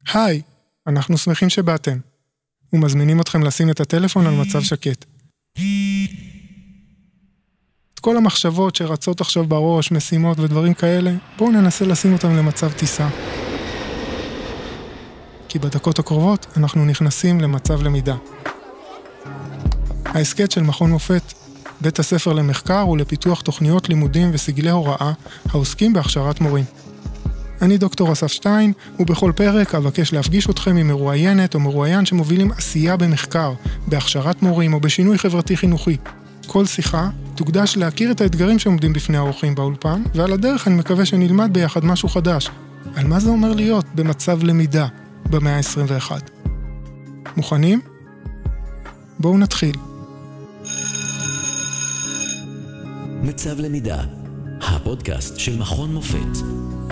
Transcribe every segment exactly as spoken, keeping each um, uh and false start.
היי, אנחנו שמחים שבאתם, ומזמינים אתכם לשים את הטלפון על מצב שקט. את כל המחשבות שרצות עכשיו בראש, משימות ודברים כאלה, בואו ננסה לשים אותם למצב טיסה. כי בדקות הקרובות אנחנו נכנסים למצב למידה. ההסקט של מכון מופת, בית הספר למחקר ולפיתוח תוכניות לימודים וסגלי הוראה העוסקים בהכשרת מורים. אני דוקטור אסף שטיין, ובכל פרק אבקש להפגיש אתכם עם מרואיינת או מרואיין שמובילים עשייה במחקר, בהכשרת מורים או בשינוי חברתי חינוכי. כל שיחה תוקדש להכיר את האתגרים שעומדים בפני האורחים באולפן, ועל הדרך אני מקווה שנלמד ביחד משהו חדש. על מה זה אומר להיות במצב למידה במאה ה-עשרים ואחת. מוכנים? בואו נתחיל. מצב למידה, הפודקאסט של מכון מופת.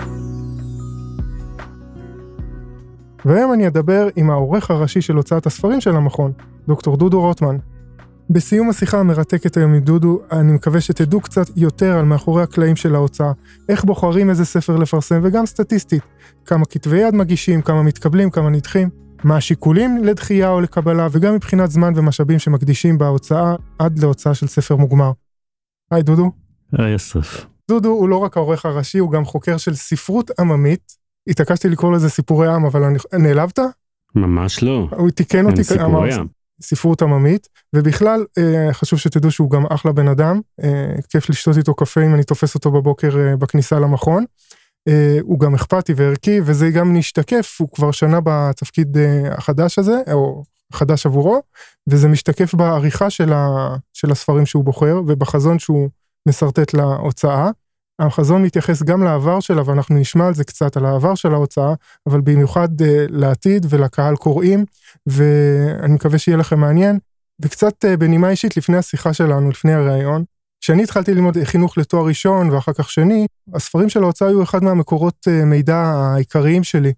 והיום אני אדבר עם העורך הראשי של הוצאת הספרים של המכון, דוקטור דודו רוטמן. בסיום השיחה המרתקת היום עם דודו, אני מקווה שתדעו קצת יותר על מאחורי הקלעים של ההוצאה, איך בוחרים איזה ספר לפרסם, וגם סטטיסטית, כמה כתבי יד מגישים, כמה מתקבלים, כמה נדחים, מה השיקולים לדחייה או לקבלה, וגם מבחינת זמן ומשאבים שמקדישים בהוצאה עד להוצאה של ספר מוגמר. היי דודו. היי אסף. דודו הוא לא רק העורך הראשי, הוא גם חוקר של ספרות עממית. התעקשתי לקרוא לזה סיפורי עם, אבל אני... נעלבת? ממש לא. הוא תיקן אותי, סיפורי עם. ספרות עממית, ובכלל חשוב שתדעו שהוא גם אחלה בן אדם, כיף לשתות איתו קפה אם אני תופס אותו בבוקר בכניסה למכון, הוא גם אכפתי וערכי, וזה גם נשתקף, הוא כבר שנה בתפקיד החדש הזה, או חדש עבורו, וזה משתקף בעריכה של, ה... של הספרים שהוא בוחר, ובחזון שהוא מסרטט להוצאה. החזון מתייחס גם לעבר שלה, ואנחנו נשמע על זה קצת, על העבר של ההוצאה, אבל במיוחד uh, לעתיד ולקהל קוראים, ואני מקווה שיהיה לכם מעניין. וקצת uh, בנימה אישית לפני השיחה שלנו, לפני הראיון, כשאני התחלתי ללמוד חינוך לתואר ראשון ואחר כך שני, הספרים של ההוצאה היו אחד מהמקורות uh, מידע העיקריים שלי,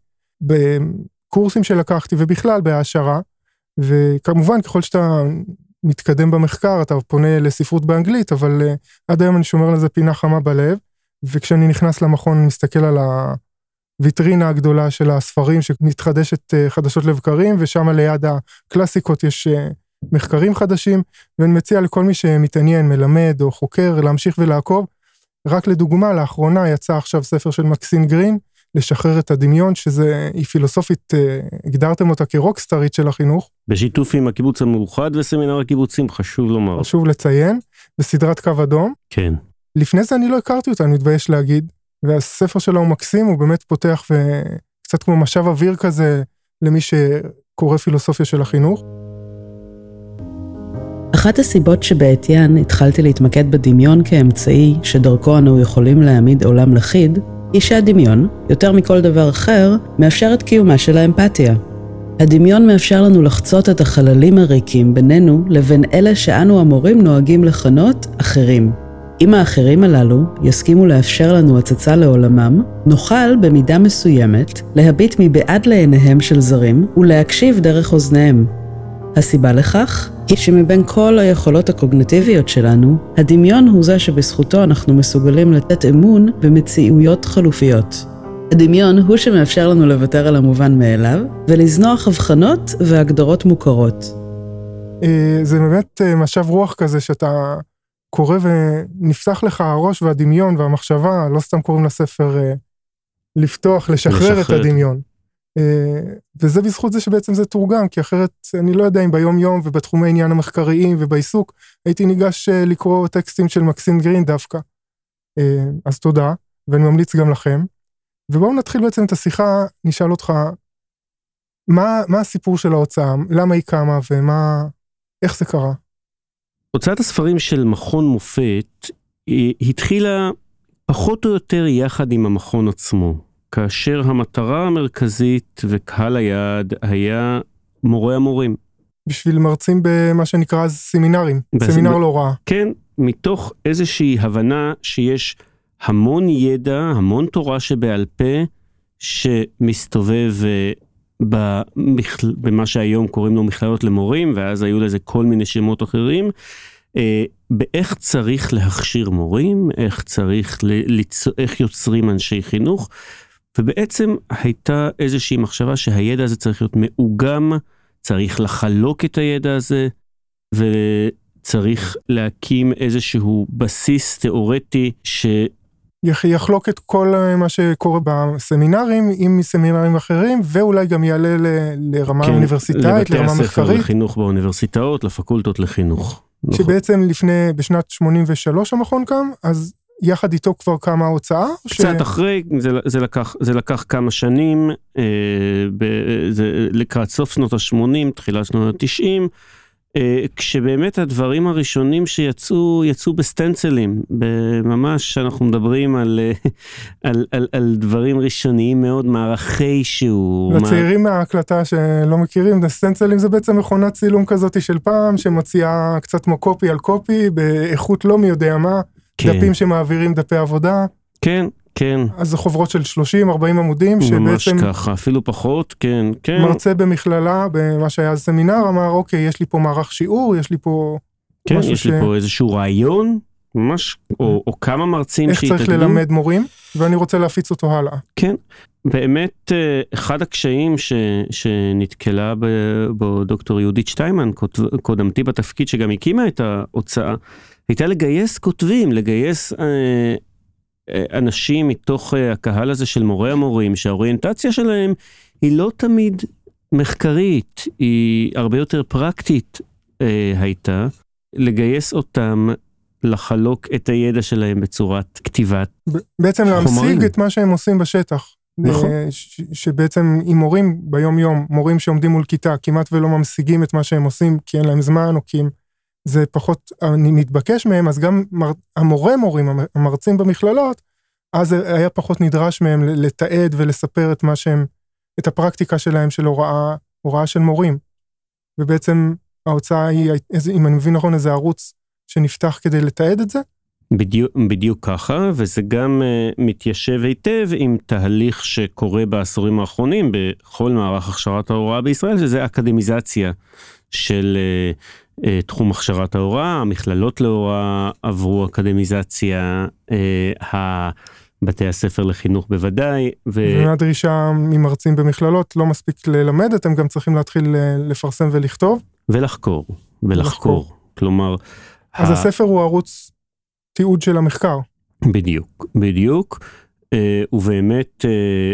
בקורסים שלקחתי ובכלל בהעשרה, וכמובן ככל שאתה מתקדם במחקר, אתה פונה לספרות באנגלית, אבל uh, עד היום אני שומר לזה פינה חמה בלב, וכשאני נכנס למכון אני מסתכל על הוויטרינה הגדולה של הספרים שמתחדשת uh, חדשות לבקרים, ושם ליד הקלאסיקות יש uh, מחקרים חדשים, ואני מציע לכל מי שמתעניין, מלמד או חוקר, להמשיך ולעקוב. רק לדוגמה, לאחרונה יצא עכשיו ספר של מקסין גרין, לשחרר את הדמיון, שזה, היא פילוסופית, הגדרתם אותה כרוקסטרית של החינוך. בשיתוף עם הקיבוץ המאוחד וסמינר הקיבוצים, חשוב לומר. חשוב לציין, בסדרת קו אדום. כן. לפני זה אני לא הכרתי אותה, אני מתבייש להגיד, והספר שלה הוא מקסים, הוא באמת פותח וקצת כמו משב אוויר כזה, למי שקורא פילוסופיה של החינוך. אחת הסיבות שבעטיין התחלתי להתמקד בדמיון כאמצעי, שדרכו אנו יכולים להעמיד עולם לחיד, היא שהדמיון, יותר מכל דבר אחר, מאפשר את קיומה של האמפתיה. הדמיון מאפשר לנו לחצות את החללים הריקים בינינו לבין אלה שאנו המורים נוהגים לכנות אחרים. אם האחרים הללו יסכימו לאפשר לנו הצצה לעולמם, נוכל במידה מסוימת להביט מבעד לעיניהם של זרים ולהקשיב דרך אוזניהם. הסיבה לכך היא שמבין כל היכולות הקוגניטיביות שלנו, הדמיון הוא זה שבזכותו אנחנו מסוגלים לתת אמון במציאויות חלופיות. הדמיון הוא שמאפשר לנו לוותר על המובן מאליו, ולזנוח הבחנות והגדרות מוכרות. זה באמת משב רוח כזה שאתה קורא ונפתח לך הראש והדמיון והמחשבה, לא סתם קוראים לספר לפתוח, לשחרר את הדמיון. וזה בזכות זה שבעצם זה תורגם, כי אחרת אני לא יודע אם ביום יום ובתחומי עניין המחקריים ובעיסוק, הייתי ניגש לקרוא טקסטים של מקסין גרין דווקא. אז תודה, ואני ממליץ גם לכם. ובואו נתחיל בעצם את השיחה, נשאל אותך, מה, מה הסיפור של ההוצאה? למה היא קמה ומה, איך זה קרה? הוצאת הספרים של מכון מופת, היא התחילה פחות או יותר יחד עם המכון עצמו. כאשר המטרה המרכזית וקהל היעד היה מורי המורים. בשביל מרצים במה שנקרא אז סמינרים, סמינר להוראה. כן, מתוך איזושהי הבנה שיש המון ידע, המון תורה שבעל פה, שמסתובב במה שהיום קוראים לו מכללות למורים, ואז היו לזה כל מיני שמות אחרים, באיך צריך להכשיר מורים, איך צריך, איך יוצרים אנשי חינוך, ובעצם הייתה איזושהי מחשבה שהידע הזה צריך להיות מאוגם, צריך לחלוק את הידע הזה, וצריך להקים איזשהו בסיס תיאורטי ש... יחלוק את כל מה שקורה בסמינרים עם סמינרים אחרים, ואולי גם יעלה ל, לרמה כן, אוניברסיטאית, לרמה מחקרית. לבתי הספר לחינוך באוניברסיטאות, לפקולטות לחינוך. שבעצם לפני, בשנת שמונים ושלוש המכון קם, אז יחד איתו כבר קמה ההוצאה? קצת ש... אחרי, זה, זה, לקח, זה לקח כמה שנים, אה, ב, זה, לקראת סוף שנות ה-שמונים, תחילת שנות ה-תשעים, כשבאמת הדברים הראשונים שיצאו, יצאו בסטנצלים, ממש אנחנו מדברים על, על, על, על דברים ראשוניים מאוד, מערכי שיעור. לצעירים מה... מההקלטה שלא מכירים, סטנצלים זה בעצם מכונת צילום כזאת של פעם, שמציעה קצת כמו קופי על קופי, באיכות לא מי יודע מה, כן. דפים שמעבירים דפי עבודה. כן. כן. אז זה חוברות של שלושים ארבעים עמודים, ממש שבעצם... ככה, אפילו פחות, כן, כן. מרצה במכללה, במה שהיה סמינר, אמר, אוקיי, יש לי פה מערך שיעור, יש לי פה... כן, יש ש... לי פה איזשהו רעיון, ממש, או, או כמה מרצים שהתאגדו. איך צריך ללמד מורים, ואני רוצה להפיץ אותו הלאה. כן, באמת, אחד הקשיים ש... שנתקלה בו דוקטור יהודית שטיימן, קודמתי בתפקיד, שגם הקימה את ההוצאה, הייתה לגייס כותבים, לגייס... אה, אנשים מתוך הקהל הזה של מורי המורים, שהאוריינטציה שלהם היא לא תמיד מחקרית, היא הרבה יותר פרקטית אה, הייתה, לגייס אותם לחלוק את הידע שלהם בצורת כתיבת חומרים. בעצם להמשיג את מה שהם עושים בשטח. נכון. ש- שבעצם עם מורים ביום יום, מורים שעומדים מול כיתה, כמעט ולא ממשיגים את מה שהם עושים, כי אין להם זמן, או כי זה פחות מתבקש מהם, אז גם מר, המורה מורים, המרצים במכללות, אז היה פחות נדרש מהם לתעד ולספר את מה שהם, את הפרקטיקה שלהם של הוראה, הוראה של מורים. ובעצם ההוצאה היא, אם אני מבין נכון, איזה ערוץ שנפתח כדי לתעד את זה? בדיוק, בדיוק ככה, וזה גם uh, מתיישב היטב עם תהליך שקורה בעשורים האחרונים, בכל מערך הכשרת ההוראה בישראל, שזה אקדמיזציה של... Uh, תחום הכשרת ההוראה, המכללות להוראה עברו אקדמיזציה, בתי הספר לחינוך בוודאי. והדרישה ממרצים במכללות לא מספיק ללמד, אתם גם צריכים להתחיל לפרסם ולכתוב? ולחקור, ולחקור. כלומר... אז הספר הוא ערוץ תיעוד של המחקר. בדיוק, בדיוק. ובאמת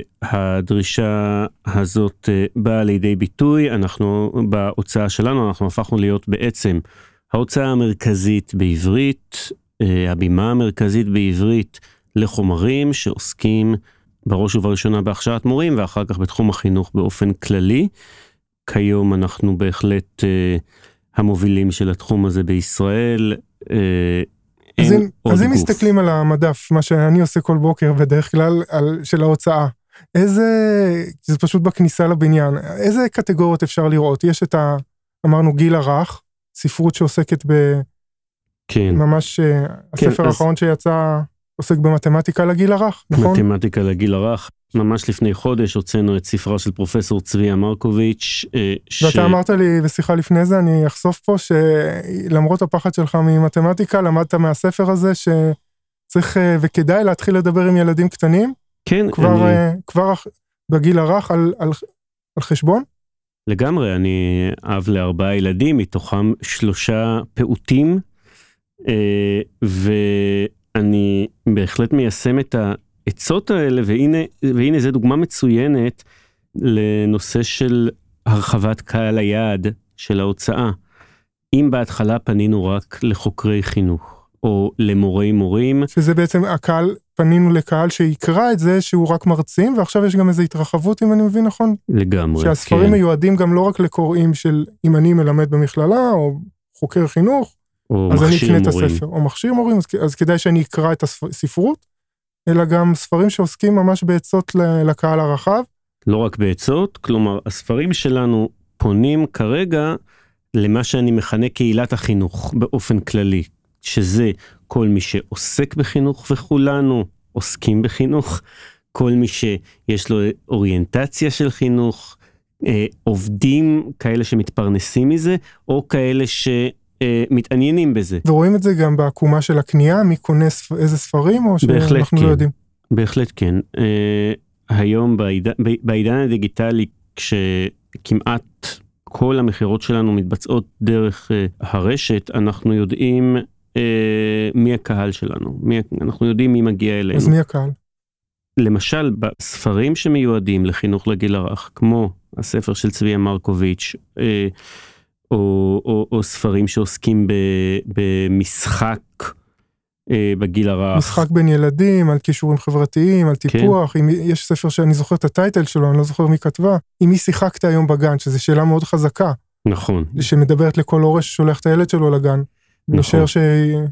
הדרישה הזאת באה לידי ביטוי, אנחנו בהוצאה שלנו, אנחנו הפכנו להיות בעצם ההוצאה המרכזית בעברית, הבימה המרכזית בעברית לחומרים שעוסקים בראש ובראשונה בהכשרת מורים, ואחר כך בתחום החינוך באופן כללי. כיום אנחנו בהחלט המובילים של התחום הזה בישראל, אז אם, אז אם מסתכלים על המדף, מה שאני עושה כל בוקר בדרך כלל על, של ההוצאה, איזה, זה פשוט בכניסה לבניין, איזה קטגוריות אפשר לראות? יש את ה, אמרנו גיל הרך, ספרות שעוסקת ב... כן. ממש, כן, הספר אז... האחרון שיצא עוסק במתמטיקה לגיל הרך, נכון? מתמטיקה לגיל הרך. ממש לפני חודש הוצאנו את ספרה של פרופסור צביה מרקוביץ'. ואתה ש... אמרת לי בשיחה לפני זה, אני אחשוף פה, שלמרות הפחד שלך ממתמטיקה, למדת מהספר הזה שצריך וכדאי להתחיל לדבר עם ילדים קטנים. כן. כבר, אני... כבר בגיל הרך על, על, על חשבון? לגמרי, אני אב לארבעה ילדים, מתוכם שלושה פעוטים, ואני בהחלט מיישם את ה... עצות האלה, והנה, והנה זו דוגמה מצוינת לנושא של הרחבת קהל היעד של ההוצאה. אם בהתחלה פנינו רק לחוקרי חינוך, או למורי מורים. שזה בעצם הקהל, פנינו לקהל שיקרא את זה, שהוא רק מרצים, ועכשיו יש גם איזו התרחבות, אם אני מבין נכון? לגמרי, שהספרים כן. מיועדים גם לא רק לקוראים של אם אני מלמד במכללה, או חוקר חינוך, אז אני אקנה את הספר, או מכשיר מורים, אז, אז כדאי שאני אקרא את הספרות, אלא גם ספרים שעוסקים ממש בעצות לקהל הרחב. לא רק בעצות, כלומר, הספרים שלנו פונים כרגע למה שאני מכנה קהילת החינוך באופן כללי, שזה כל מי שעוסק בחינוך, וכולנו עוסקים בחינוך, כל מי שיש לו אוריינטציה של חינוך, עובדים כאלה שמתפרנסים מזה, או כאלה ש... מתעניינים בזה. ורואים את זה גם בעקומה של הקנייה, מי קונה איזה ספרים, או שאנחנו לא יודעים? בהחלט כן. היום בעידן, בעידן הדיגיטלי, כשכמעט כל המחירות שלנו מתבצעות דרך הרשת, אנחנו יודעים מי הקהל שלנו, מי, אנחנו יודעים מי מגיע אלינו. אז מי הקהל? למשל, בספרים שמיועדים לחינוך לגיל הרך, כמו הספר של צביה מרקוביץ', או, או, או ספרים שעוסקים ב, במשחק בגיל הרך. משחק בין ילדים, על כישורים חברתיים, על טיפוח. כן. אם יש ספר שאני זוכר את הטייטל שלו, אני לא זוכר מי כתבה. עם מי שיחקת היום בגן, שזו שאלה מאוד חזקה. נכון. שמדברת לכל הורה ששולח את הילד שלו לגן. נכון. נשאר ש...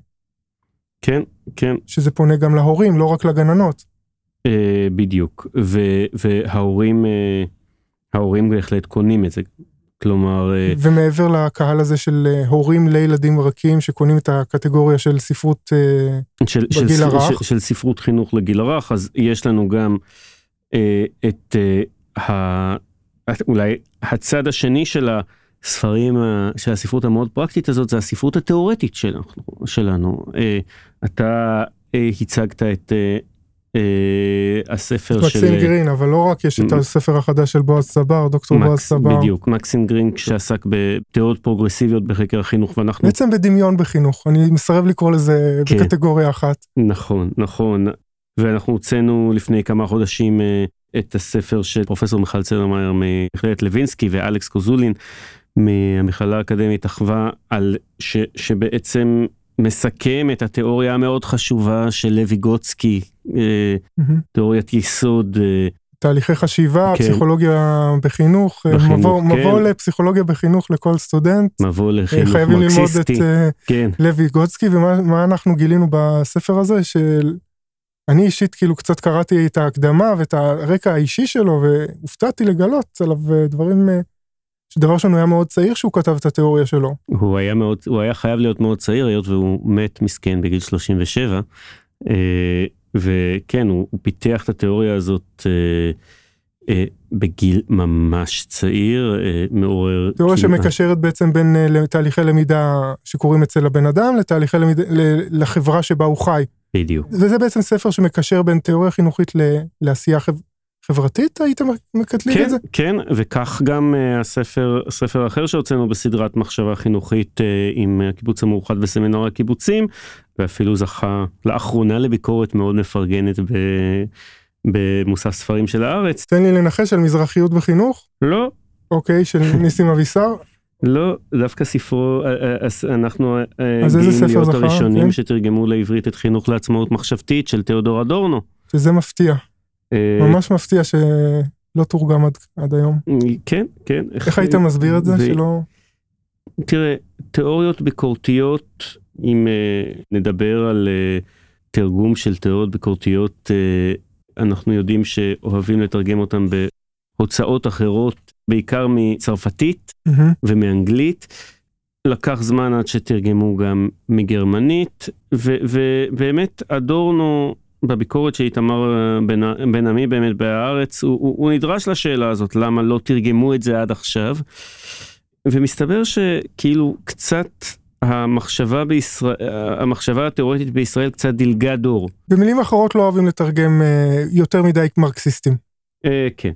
כן, כן. שזה פונה גם להורים, לא רק לגננות. אה, בדיוק. ו, וההורים, אה, ההורים בהחלט קונים את זה. כלומר... ומעבר לקהל הזה של הורים לילדים רכים שקונים את הקטגוריה של ספרות של, בגיל של, הרך. של, של ספרות חינוך לגיל הרך, אז יש לנו גם אה, את אה, אולי הצד השני של הספרים, של הספרות המאוד פרקטית הזאת, זה הספרות התיאורטית שלנו. שלנו. אה, אתה אה, הצגת את... אה, הספר של... מקסים גרין, אבל לא רק, יש את הספר החדש של בועז צבר, דוקטור בועז צבר. בדיוק, מקסים גרין שעסק בתיאוריות פרוגרסיביות בחקר החינוך, ואנחנו... בעצם בדמיון בחינוך, אני מסרב לקרוא לזה בקטגוריה אחת. נכון, נכון, ואנחנו הוצאנו לפני כמה חודשים את הספר של פרופסור מיכל צלרמייר ממכללת לוינסקי ואלכס קוזולין מהמכללה האקדמית אחווה, על שבעצם מסכם את התיאוריה המאוד חשובה של לוי גוצקי, תיאוריית יסוד. תהליכי חשיבה, פסיכולוגיה בחינוך, מבוא לפסיכולוגיה בחינוך לכל סטודנט. מבוא לחינוך מרקסיסטי. חייבים ללמוד את לוי גוצקי, ומה אנחנו גילינו בספר הזה, שאני אישית כאילו קצת קראתי את ההקדמה ואת הרקע האישי שלו, והופתעתי לגלות עליו דברים... שדבר שלנו היה מאוד צעיר שהוא כתב את התיאוריה שלו. הוא היה מאוד, הוא היה חייב להיות מאוד צעיר, היות והוא מת מסכן בגיל שלושים ושבע, וכן, הוא, הוא פיתח את התיאוריה הזאת בגיל ממש צעיר, מעורר... תיאוריה שמקשרת בעצם בין תהליכי למידה שקורים אצל הבן אדם, לתהליכי למידה, לחברה שבה הוא חי. בדיוק. וזה בעצם ספר שמקשר בין תיאוריה חינוכית לעשייה חברתית. חברתית, היית מקטלים כן, את זה? כן, וכך גם uh, הספר, הספר האחר שהוצאנו בסדרת מחשבה חינוכית uh, עם הקיבוץ המאוחד וסמינר הקיבוצים, ואפילו זכה לאחרונה לביקורת מאוד מפרגנת ב, במוסף ספרים של הארץ. תן לי לנחש על מזרחיות בחינוך? לא. אוקיי, של ניסים אבישר? לא, דווקא ספרו, אנחנו גאים להיות הראשונים כן? שתרגמו לעברית את חינוך לעצמאות מחשבתית של תיאודור אדורנו. שזה מפתיע. ממש מפתיע שלא תורגם עד, עד היום. כן, כן. איך היית מסביר את זה? ו... שלא... תראה, תיאוריות ביקורתיות, אם uh, נדבר על uh, תרגום של תיאוריות ביקורתיות, uh, אנחנו יודעים שאוהבים לתרגם אותם בהוצאות אחרות, בעיקר מצרפתית mm-hmm. ומאנגלית. לקח זמן עד שתרגמו גם מגרמנית, ו- ובאמת אדורנו, בביקורת שאיתמר בן, בן עמי באמת בהארץ, הוא, הוא, הוא נדרש לשאלה הזאת, למה לא תרגמו את זה עד עכשיו, ומסתבר שכאילו קצת המחשבה בישראל, המחשבה התיאורטית בישראל קצת דילגה דור. במילים אחרות לא אוהבים לתרגם אה, יותר מדי מרקסיסטים. אה, כן.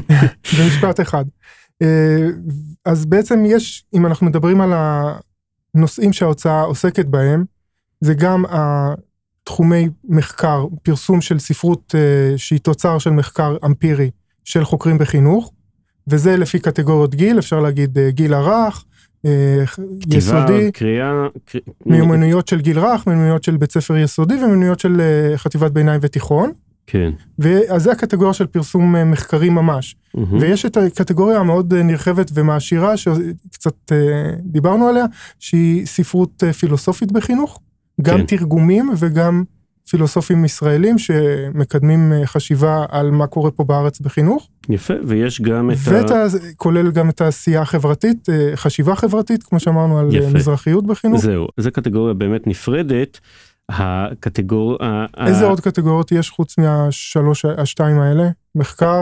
במשפט אחד. אה, אז בעצם יש, אם אנחנו מדברים על הנושאים שההוצאה עוסקת בהם, זה גם ה... תחומי מחקר, פרסום של ספרות uh, שהיא תוצר של מחקר אמפירי של חוקרים בחינוך, וזה לפי קטגוריות גיל, אפשר להגיד uh, גיל הרך, uh, יסודי, קריאה, קר... מיומנויות של גיל רך, מיומנויות של בית ספר יסודי, ומיומנויות של uh, חטיבת ביניים ותיכון. כן. ואז זה הקטגוריה של פרסום uh, מחקרי ממש. Mm-hmm. ויש את הקטגוריה המאוד uh, נרחבת ומעשירה, שקצת uh, דיברנו עליה, שהיא ספרות uh, פילוסופית בחינוך, גם כן. תרגומים וגם פילוסופים ישראלים שמקדמים חשיבה על מה קורה פה בארץ בחינוך. יפה, ויש גם את ואת ה... כולל גם את העשייה החברתית, חשיבה חברתית, כמו שאמרנו על יפה. מזרחיות בחינוך. זהו, זו קטגוריה באמת נפרדת. הקטגוריה... איזה ה... עוד קטגוריות יש חוץ מהשלוש, השתיים האלה? מחקר?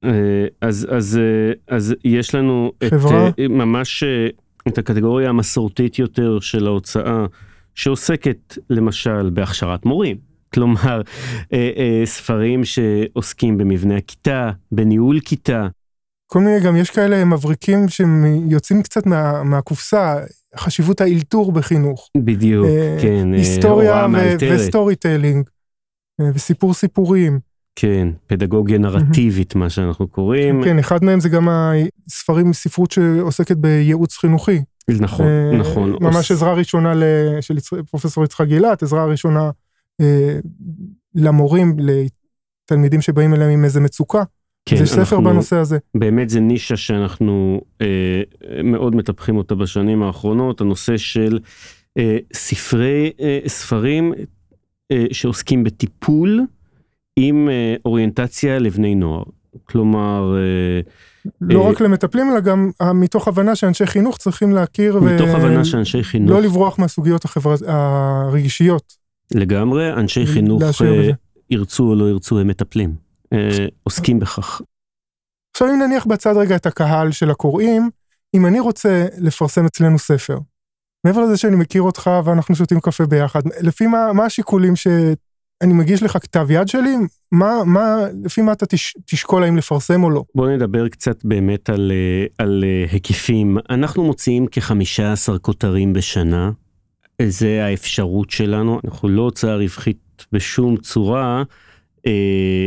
אז, אז, אז יש לנו חברה? את, ממש את הקטגוריה המסורתית יותר של ההוצאה, שעוסקת למשל בהכשרת מורים. כלומר, ספרים שעוסקים במבנה הכיתה, בניהול כיתה. כל מיני, גם יש כאלה מבריקים שיוצאים קצת מה, מהקופסה, חשיבות האלתור בחינוך. בדיוק, כן. היסטוריה וסטורי טיילינג, וסיפור סיפורים. כן, פדגוגיה נרטיבית, מה שאנחנו קוראים. כן, אחד מהם זה גם הספרים מספרות שעוסקת בייעוץ חינוכי. נכון, נכון. ממש עזרה ראשונה של פרופסור יצחק גילת, עזרה ראשונה למורים, לתלמידים שבאים אליהם עם איזה מצוקה. כן, זה ספר בנושא הזה. באמת זה נישה שאנחנו אה, מאוד מטפחים אותה בשנים האחרונות, הנושא של אה, ספרי, אה, ספרים אה, שעוסקים בטיפול עם אה, אוריינטציה לבני נוער. כלומר... אה, לא רק למטפלים, אלא גם מתוך הבנה שאנשי חינוך צריכים להכיר, מתוך הבנה שאנשי חינוך... לא לברוח מהסוגיות הרגשיות. לגמרי, אנשי חינוך ירצו או לא ירצו, הם מטפלים, עוסקים בכך. עכשיו אם נניח בצד רגע את הקהל של הקוראים, אם אני רוצה לפרסם אצלנו ספר, מעבר לזה שאני מכיר אותך ואנחנו שותים קפה ביחד, לפי מה, מה השיקולים שאני מגיש לך כתב יד שלי, מה, מה, לפי מה אתה תש, תשקול האם לפרסם או לא? בוא נדבר קצת באמת על, על היקפים. אנחנו מוציאים כ-חמישה עשר כותרים בשנה, זה האפשרות שלנו, אנחנו לא הוצאה רווחית בשום צורה, אה,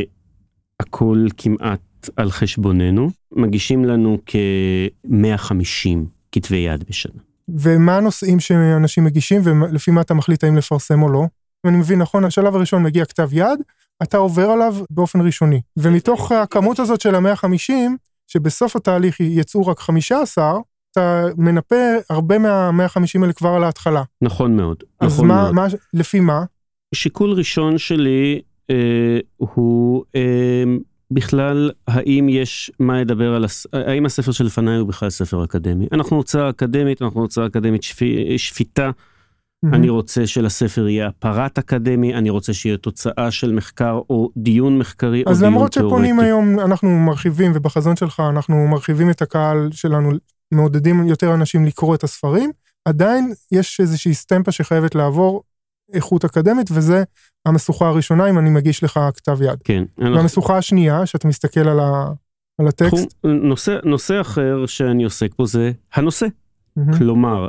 הכל כמעט על חשבוננו, מגישים לנו כ-מאה וחמישים כתבי יד בשנה. ומה הנושאים שאנשים מגישים, ולפי מה אתה מחליט האם לפרסם או לא? אני מבין, נכון, השלב הראשון מגיע כתב יד, אתה עובר עליו באופן ראשוני, ומתוך הכמות הזאת של ה-מאה וחמישים, שבסוף התהליך יצאו רק חמישה עשר, אתה מנפה הרבה מה-מאה וחמישים האלה כבר על ההתחלה. נכון מאוד. אז נכון מה, מאוד. מה, לפי מה? שיקול ראשון שלי אה, הוא אה, בכלל, האם יש מה לדבר על, הס... האם הספר שלפניי הוא בכלל ספר אקדמי? אנחנו הוצאה אקדמית, אנחנו הוצאה אקדמית שפי, שפיטה, mm-hmm. אני רוצה שלספר יהיה אפרט אקדמי, אני רוצה שיהיה תוצאה של מחקר או דיון מחקרי או דיון תיאורטי. אז למרות שפונים היום, אנחנו מרחיבים, ובחזון שלך אנחנו מרחיבים את הקהל שלנו, מעודדים יותר אנשים לקרוא את הספרים, עדיין יש איזושהי סטמפה שחייבת לעבור איכות אקדמית, וזה המשוכה הראשונה, אם אני מגיש לך כתב יד. כן. והמשוכה השנייה, שאתה מסתכל על, ה... על הטקסט. נושא, נושא אחר שאני עוסק פה זה הנושא. Mm-hmm. כלומר,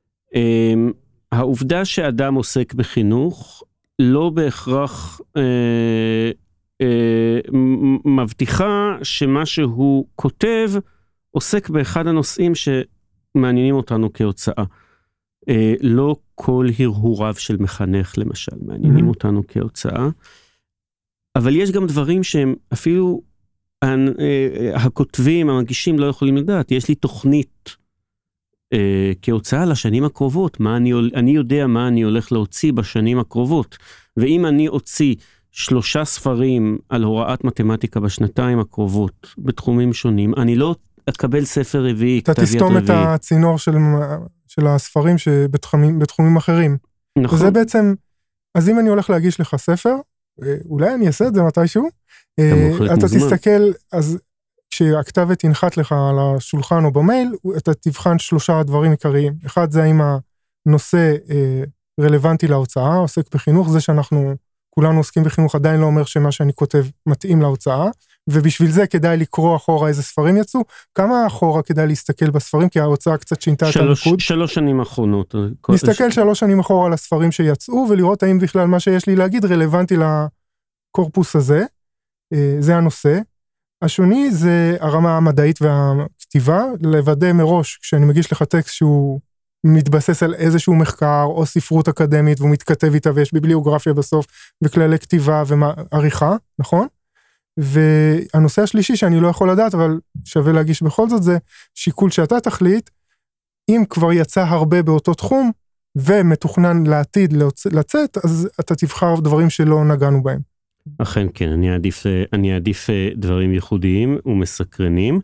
העובדה שאדם עוסק בחינוך, לא בהכרח אה, אה, מבטיחה שמה שהוא כותב, עוסק באחד הנושאים שמעניינים אותנו כהוצאה. אה, לא כל הרהוריו של מחנך, למשל, מעניינים mm-hmm. אותנו כהוצאה. אבל יש גם דברים שהם אפילו אה, אה, הכותבים, המגישים לא יכולים לדעת. יש לי תוכנית אה, כהוצאה לשנים הקרובות. מה אני, אני יודע מה אני הולך להוציא בשנים הקרובות. ואם אני אוציא שלושה ספרים על הוראת מתמטיקה בשנתיים הקרובות, בתחומים שונים, אני לא אקבל ספר רביעי, אתה תסתום את הצינור של, של הספרים שבתחומים, בתחומים אחרים. נכון. וזה בעצם, אז אם אני הולך להגיש לך ספר, אולי אני אעשה את זה מתישהו, אתה, אתה תסתכל, אז כשהכתבת תנחת לך על השולחן או במייל, אתה תבחן שלושה דברים עיקריים. אחד זה האם הנושא רלוונטי להוצאה, עוסק בחינוך, זה שאנחנו כולנו עוסקים בחינוך, עדיין לא אומר שמה שאני כותב מתאים להוצאה, ובשביל זה כדאי לקרוא אחורה איזה ספרים יצאו, כמה אחורה כדאי להסתכל בספרים, כי ההוצאה קצת שינתה את הניקוד. שלוש שנים אחרונות. נסתכל שלוש שנים אחורה על הספרים שיצאו, ולראות האם בכלל מה שיש לי להגיד רלוונטי לקורפוס הזה, זה הנושא. השני זה הרמה המדעית והכתיבה, לוודא מראש, כשאני מגיש לך טקסט שהוא מתבסס על איזשהו מחקר, או ספרות אקדמית, והוא מתכתב איתה, ויש ביבליוגרפיה בסוף, וכללי כתיבה ועריכה, נכון? והנושא השלישי שאני לא יכול לדעת, אבל שווה להגיש בכל זאת, זה שיקול שאתה תחליט, אם כבר יצא הרבה באותו תחום, ומתוכנן לעתיד לצאת, אז אתה תבחר דברים שלא נגענו בהם. אכן כן, אני אעדיף, אני אעדיף דברים ייחודיים ומסקרנים.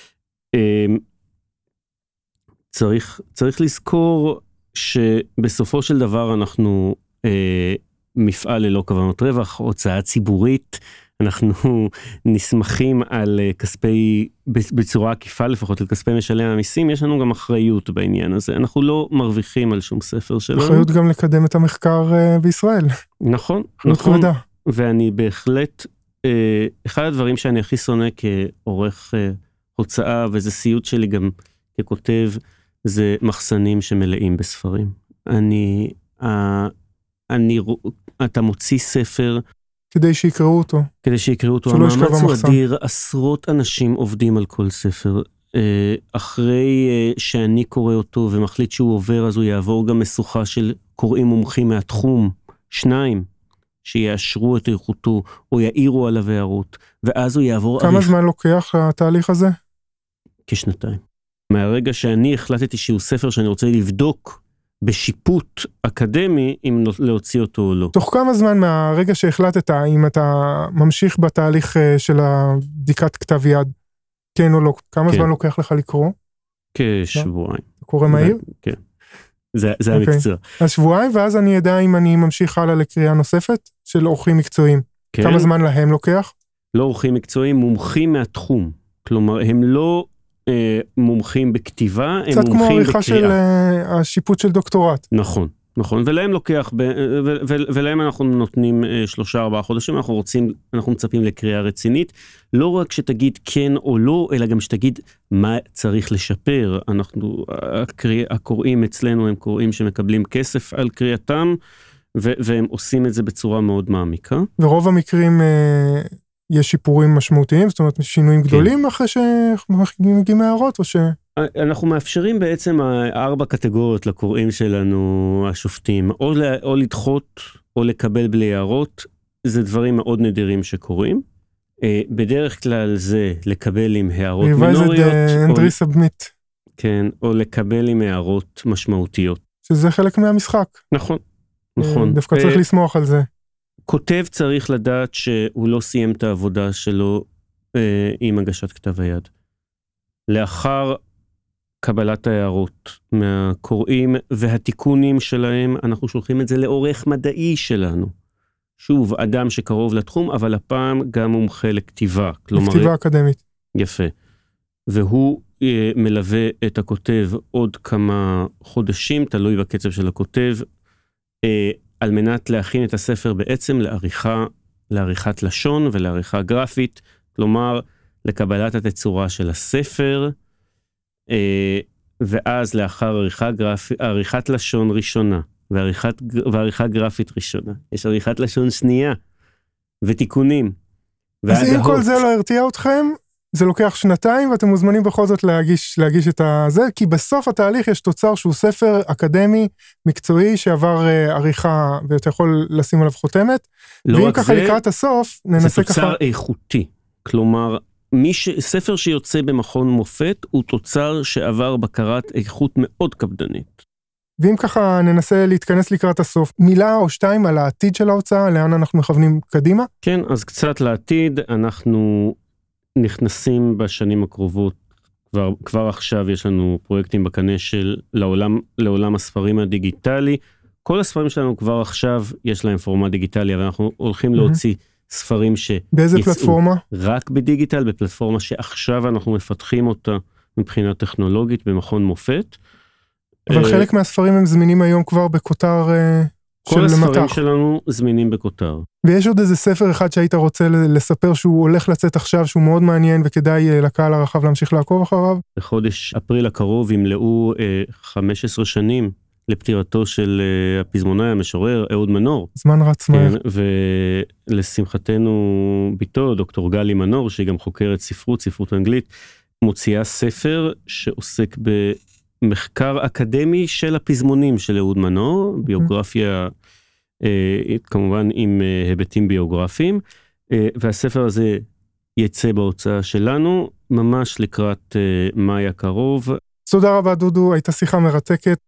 צריך, צריך לזכור שבסופו של דבר אנחנו מפעל ללא כוונות רווח, הוצאה ציבורית, אנחנו נסמכים על כספי, בצורה עקיפה לפחות, על כספי משלם המיסים, יש לנו גם אחריות בעניין הזה. אנחנו לא מרוויחים על שום ספר שלנו. אחריות גם לקדם את המחקר בישראל. נכון, נכון. ואני בהחלט, אחד הדברים שאני הכי שונא כעורך הוצאה, וזה סיוט שלי גם ככותב, זה מחסנים שמלאים בספרים. אני, אני, אתה מוציא ספר, כדי שיקראו אותו. כדי שיקראו אותו. המאמץ הוא אדיר, עשרות אנשים עובדים על כל ספר. אחרי שאני קורא אותו ומחליט שהוא עובר, אז הוא יעבור גם משוכה של קוראים מומחים מהתחום, שניים, שיאשרו את איכותו, או יאירו עליו הערות, ואז הוא יעבור... כמה זמן לוקח התהליך הזה? כשנתיים. מהרגע שאני החלטתי שהוא ספר שאני רוצה לבדוק, בשיפוט אקדמי, אם להוציא אותו או לא. תוך כמה זמן מהרגע שהחלטת, אם אתה ממשיך בתהליך של הבדיקת כתב יד, כן או לא, כמה זמן לוקח לך לקרוא? כשבועיים. קורא מהיר? כן. זה, זה המקצוע. אז שבועיים, ואז אני אדע אם אני ממשיך הלאה לקריאה נוספת של אורחים מקצועיים. כמה זמן להם לוקח? לא אורחים מקצועיים, מומחים מהתחום. כלומר, הם לא מומחים בכתיבה, הם מומחים בקריאה. קצת כמו עריכה של השיפוט של דוקטורט. נכון, נכון, ולהם לוקח, ולהם אנחנו נותנים שלושה ארבעה חודשים, אנחנו רוצים, אנחנו מצפים לקריאה רצינית, לא רק שתגיד כן או לא, אלא גם שתגיד מה צריך לשפר. אנחנו, הקוראים אצלנו הם קוראים שמקבלים כסף על קריאתם, והם עושים את זה בצורה מאוד מעמיקה. ורוב המקרים יש שיפורים משמעותיים, זאת אומרת שינויים גדולים אחרי שמגיעים הערות, או ש... אנחנו מאפשרים בעצם ארבע קטגוריות לקוראים שלנו, השופטים, או, או לדחות או לקבל בלי הערות, זה דברים מאוד נדירים שקורים. בדרך כלל זה לקבל עם הערות מינוריות. אנדרי סאבמיט. כן, או לקבל עם הערות משמעותיות. שזה חלק מהמשחק. נכון, נכון. דווקא צריך לסמוך על זה. כותב צריך לדעת שהוא לא סיים את העבודה שלו אה, עם הגשת כתב היד. לאחר קבלת ההערות מהקוראים והתיקונים שלהם, אנחנו שולחים את זה לעורך מדעי שלנו. שוב, אדם שקרוב לתחום, אבל הפעם גם מומחה לכתיבה. כלומר, לכתיבה אקדמית. יפה. והוא אה, מלווה את הכותב עוד כמה חודשים, תלוי בקצב של הכותב, אה, על מנת להכין את הספר בעצם לעריכה, לעריכת לשון ולעריכה גרפית, כלומר, לקבלת התצורה של הספר, ואז לאחר עריכה גרפית, עריכת לשון ראשונה, ועריכת, ועריכה גרפית ראשונה. יש עריכת לשון שנייה, ותיקונים. אז אם כל זה לא הרתיע אתכם, זה לוקח שנתיים, ואתם מוזמנים בכל זאת להגיש, להגיש את זה, כי בסוף התהליך יש תוצר שהוא ספר אקדמי, מקצועי, שעבר עריכה, ואתה יכול לשים עליו חותמת, לא ואם ככה זה, לקראת הסוף, ננסה ככה... זה תוצר ככה... איכותי, כלומר, מי ש... ספר שיוצא במכון מופת, הוא תוצר שעבר בקרת איכות מאוד קפדנית. ואם ככה ננסה להתכנס לקראת הסוף, מילה או שתיים על העתיד של ההוצאה, לאן אנחנו מכוונים קדימה? כן, אז קצת לעתיד, אנחנו... נכנסים בשנים הקרובות, כבר, כבר עכשיו יש לנו פרויקטים בקנה של לעולם, לעולם הספרים הדיגיטלי. כל הספרים שלנו כבר עכשיו יש להם פורמט דיגיטלי, אבל אנחנו הולכים mm-hmm. להוציא ספרים שיצאו באיזה פלטפורמה? רק בדיגיטל, בפלטפורמה שעכשיו אנחנו מפתחים אותה מבחינה טכנולוגית במכון מופת. אבל חלק מהספרים הם זמינים היום כבר בכותר כל הספרים שלנו זמינים בכותר. ויש עוד איזה ספר אחד שהיית רוצה לספר שהוא הולך לצאת עכשיו, שהוא מאוד מעניין וכדאי לקהל הרחב להמשיך לעקוב אחריו? בחודש אפריל הקרוב ימלאו אה, חמש עשרה שנים לפטירתו של אה, הפזמונאי המשורר אהוד מנור. זמן רץ מהר. כן, ולשמחתנו ביתו, דוקטור גלי מנור, שהיא גם חוקרת ספרות, ספרות אנגלית, מוציאה ספר שעוסק במחקר אקדמי של הפזמונים של אהוד מנור, ביוגרפיה כמובן עם היבטים ביוגרפיים, והספר הזה יצא בהוצאה שלנו, ממש לקראת מאי הקרוב. תודה רבה דודו, הייתה שיחה מרתקת.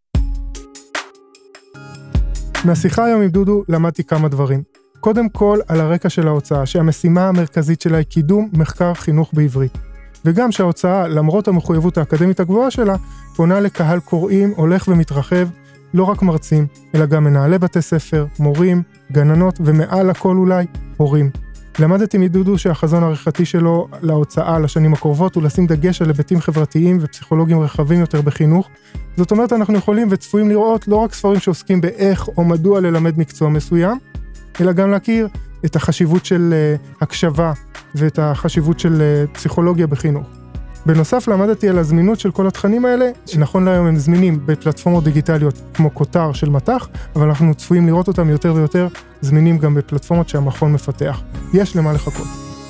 מהשיחה היום עם דודו למדתי כמה דברים. קודם כל על הרקע של ההוצאה, שהמשימה המרכזית שלה היא קידום מחקר חינוך בעברית. וגם שההוצאה, למרות המחויבות האקדמית הגבוהה שלה, פונה לקהל קוראים, הולך ומתרחב, לא רק מרצים, אלא גם מנהלי בתי ספר, מורים, גננות, ומעל הכל אולי, הורים. למדתי מדודו שהחזון העריכתי שלו להוצאה לשנים הקרובות הוא לשים דגש על היבטים חברתיים ופסיכולוגיים רחבים יותר בחינוך. זאת אומרת, אנחנו יכולים וצפויים לראות לא רק ספרים שעוסקים באיך או מדוע ללמד מקצוע מסוים, אלא גם להכיר את החשיבות של הקשבה ואת החשיבות של פסיכולוגיה בחינוך. בנוסף, למדתי על הזמינות של כל התכנים האלה, שנכון להיום הם זמינים בפלטפורמות דיגיטליות כמו כותר של מתח, אבל אנחנו צפויים לראות אותם יותר ויותר זמינים גם בפלטפורמות שהמכון מפתח. יש למה לחכות.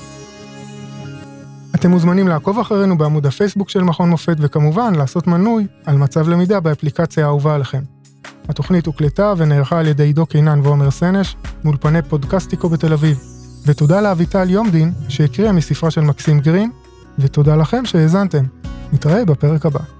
אתם מוזמנים לעקוב אחרינו בעמוד הפייסבוק של מכון מופת, וכמובן לעשות מנוי על מצב למידה באפליקציה האהובה עליכם. התוכנית הוקלטה ונערכה על ידי עידו קינן ועומר סנש, מאולפני פודקאסטיקו בתל אביב. ותודה לאביטל יומדין שהקריאה מספרה של מקסים גרין, ותודה לכם שהאזנתם. נתראה בפרק הבא.